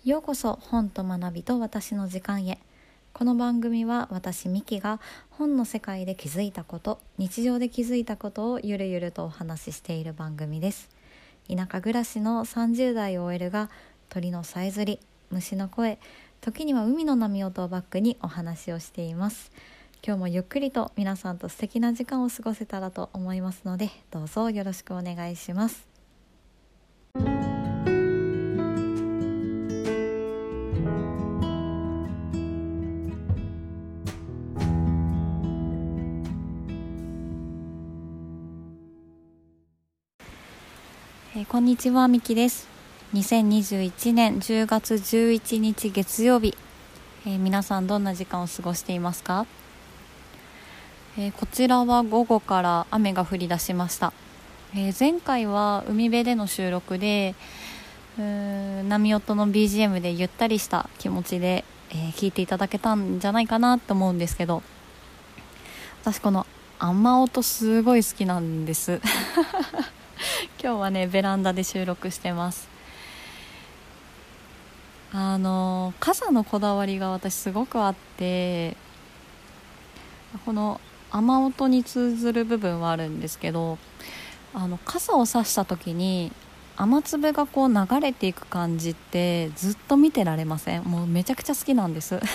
ようこそ本と学びと私の時間へ。この番組は私ミキが本の世界で気づいたこと、日常で気づいたことをゆるゆるとお話ししている番組です。田舎暮らしの30代 OL が鳥のさえずり、虫の声、時には海の波音をバックにお話をしています。今日もゆっくりと皆さんと素敵な時間を過ごせたらと思いますので、どうぞよろしくお願いします。こんにちは、みきです。2021年10月11日月曜日、皆さんどんな時間を過ごしていますか？こちらは午後から雨が降り出しました。前回は海辺での収録で波音の BGM でゆったりした気持ちで、聞いていただけたんじゃないかなと思うんですけど、私この雨音すごい好きなんです今日はねベランダで収録してます。傘のこだわりが私すごくあって、この雨音に通ずる部分はあるんですけど、傘を差した時に雨粒がこう流れていく感じってずっと見てられません？もうめちゃくちゃ好きなんです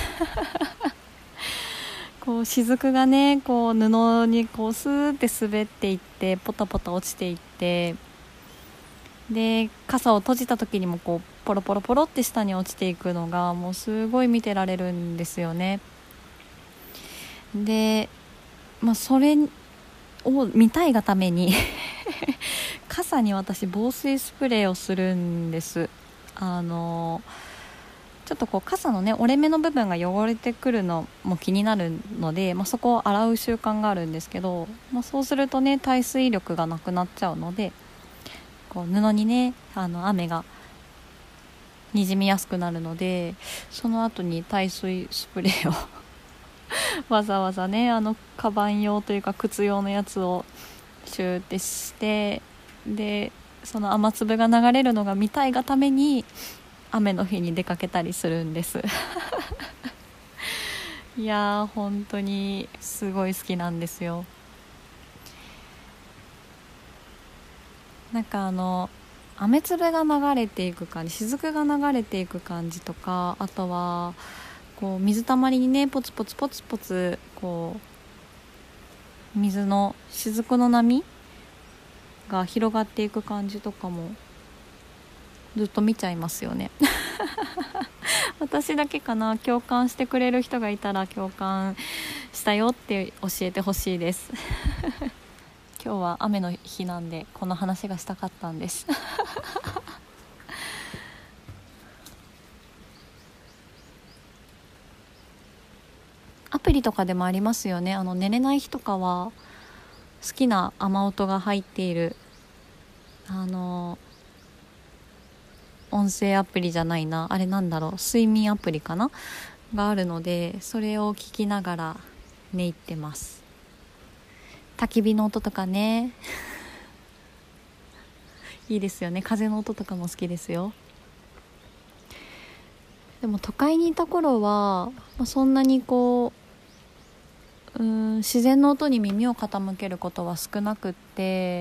こう雫がねこう布にこうスーって滑っていってポタポタ落ちていって、で傘を閉じた時にもこうポロポロポロって下に落ちていくのがもうすごい見てられるんですよね。で、それを見たいがために傘に私防水スプレーをするんです。ちょっとこう傘のね折れ目の部分が汚れてくるのも気になるので、そこを洗う習慣があるんですけど、そうするとね耐水力がなくなっちゃうので、こう布にね雨がにじみやすくなるので、その後に耐水スプレーをわざわざねカバン用というか靴用のやつをシューってして、でその雨粒が流れるのが見たいがために雨の日に出かけたりするんですいやー本当にすごい好きなんですよ。なんか雨粒が流れていく感じ、雫が流れていく感じとか、あとはこう水たまりにねポツポツポツポツこう水の雫の波が広がっていく感じとかもずっと見ちゃいますよね私だけかな？共感してくれる人がいたら共感したよって教えてほしいです今日は雨の日なんでこの話がしたかったんですアプリとかでもありますよね。寝れない日とかは好きな雨音が入っている音声アプリじゃないな、あれなんだろう、睡眠アプリかながあるので、それを聞きながら寝入ってます。焚き火の音とかねいいですよね。風の音とかも好きですよ。でも都会にいた頃は、そんなにこう自然の音に耳を傾けることは少なくって、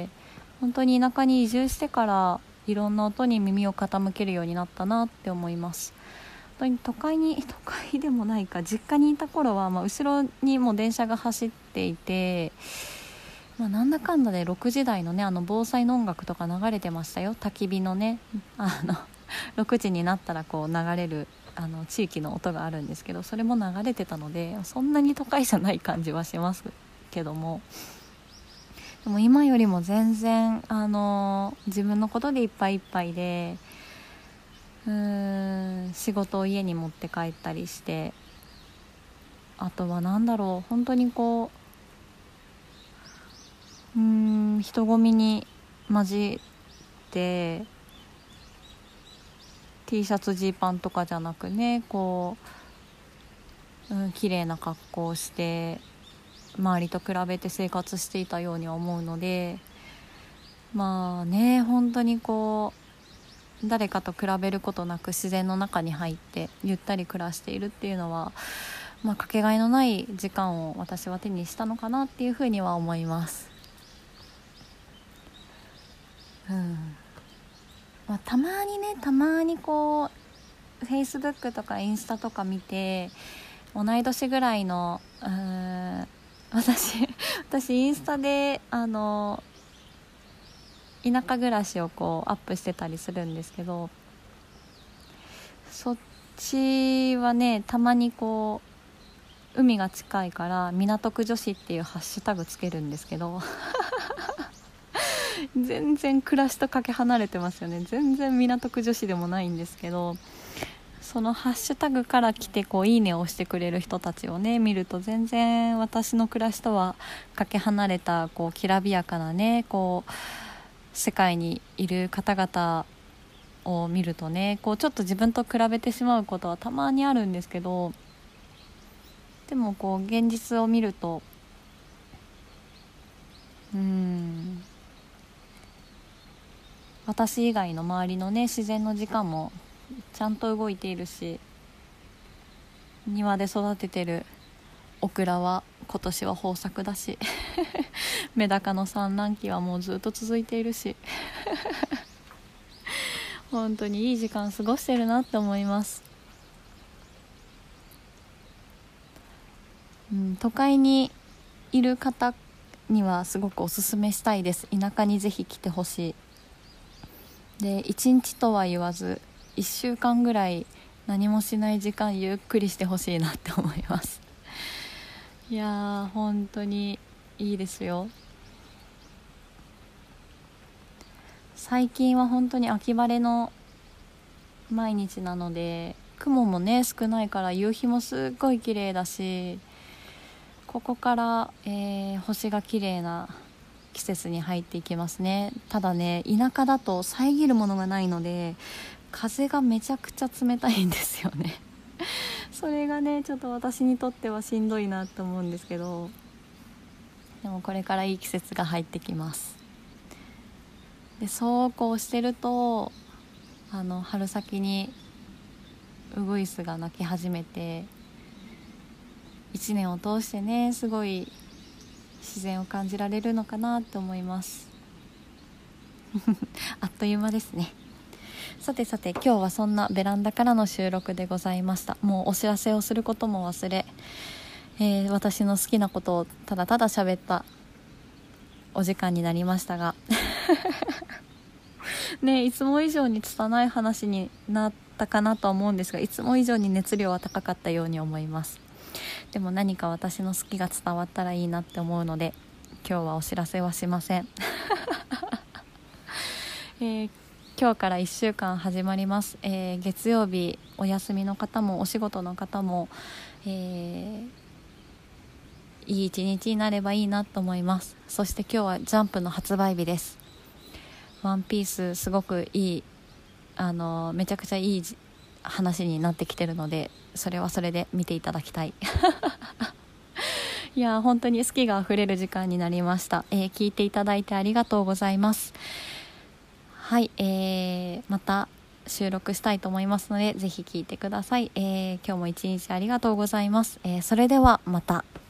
本当に田舎に移住してからいろんな音に耳を傾けるようになったなって思います。本当に都会でもないか、実家にいた頃は、後ろにも電車が走っていて、なんだかんだで6時台のね防災の音楽とか流れてましたよ。焚き火のね6時になったらこう流れる地域の音があるんですけど、それも流れてたのでそんなに都会じゃない感じはしますけども、でも今よりも全然自分のことでいっぱいいっぱいで、仕事を家に持って帰ったりして、あとはなんだろう、本当にこう人混みに混じって T シャツジーパンとかじゃなくね、こう、綺麗な格好をして周りと比べて生活していたようには思うので、本当にこ誰かと比べることなく自然の中に入ってゆったり暮らしているっていうのは、かけがえのない時間を私は手にしたのかなっていうふうには思います。たまにこうFacebookとかインスタとか見て、同い年ぐらいの私インスタで田舎暮らしをこうアップしてたりするんですけど、そっちはね、たまにこう海が近いから港区女子っていうハッシュタグつけるんですけど全然暮らしとかけ離れてますよね。全然港区女子でもないんですけど、そのハッシュタグから来てこういいねを押してくれる人たちをね見ると、全然私の暮らしとはかけ離れたこうきらびやかなね、こう世界にいる方々を見るとね、こうちょっと自分と比べてしまうことはたまにあるんですけど、でもこう現実を見ると私以外の周りのね自然の時間もちゃんと動いているし、庭で育ててるオクラは今年は豊作だしメダカの産卵期はもうずっと続いているし本当にいい時間過ごしてるなって思います。都会にいる方にはすごくおすすめしたいです。田舎にぜひ来てほしい。で、1日とは言わず1週間ぐらい何もしない時間ゆっくりしてほしいなって思いますいやー本当にいいですよ。最近は本当に秋晴れの毎日なので、雲もね少ないから夕日もすっごい綺麗だし、ここから、星が綺麗な季節に入っていきますね。ただね、田舎だと遮るものがないので風がめちゃくちゃ冷たいんですよねそれがねちょっと私にとってはしんどいなって思うんですけど、でもこれからいい季節が入ってきます。で、そうこうしてると春先にウグイスが鳴き始めて、1年を通してねすごい自然を感じられるのかなって思いますあっという間ですね。さて今日はそんなベランダからの収録でございました。もうお知らせをすることも忘れ、私の好きなことをただただ喋ったお時間になりましたがね、いつも以上に拙い話になったかなと思うんですが、いつも以上に熱量は高かったように思います。でも何か私の好きが伝わったらいいなって思うので、今日はお知らせはしません、今日から1週間始まります。月曜日お休みの方もお仕事の方も、いい一日になればいいなと思います。そして今日はジャンプの発売日です。ワンピースすごくいいめちゃくちゃいい話になってきてるので、それはそれで見ていただきたいいや本当に好きがあふれる時間になりました。聞いていただいてありがとうございます。はい、また収録したいと思いますのでぜひ聞いてください。今日も一日ありがとうございます。それではまた。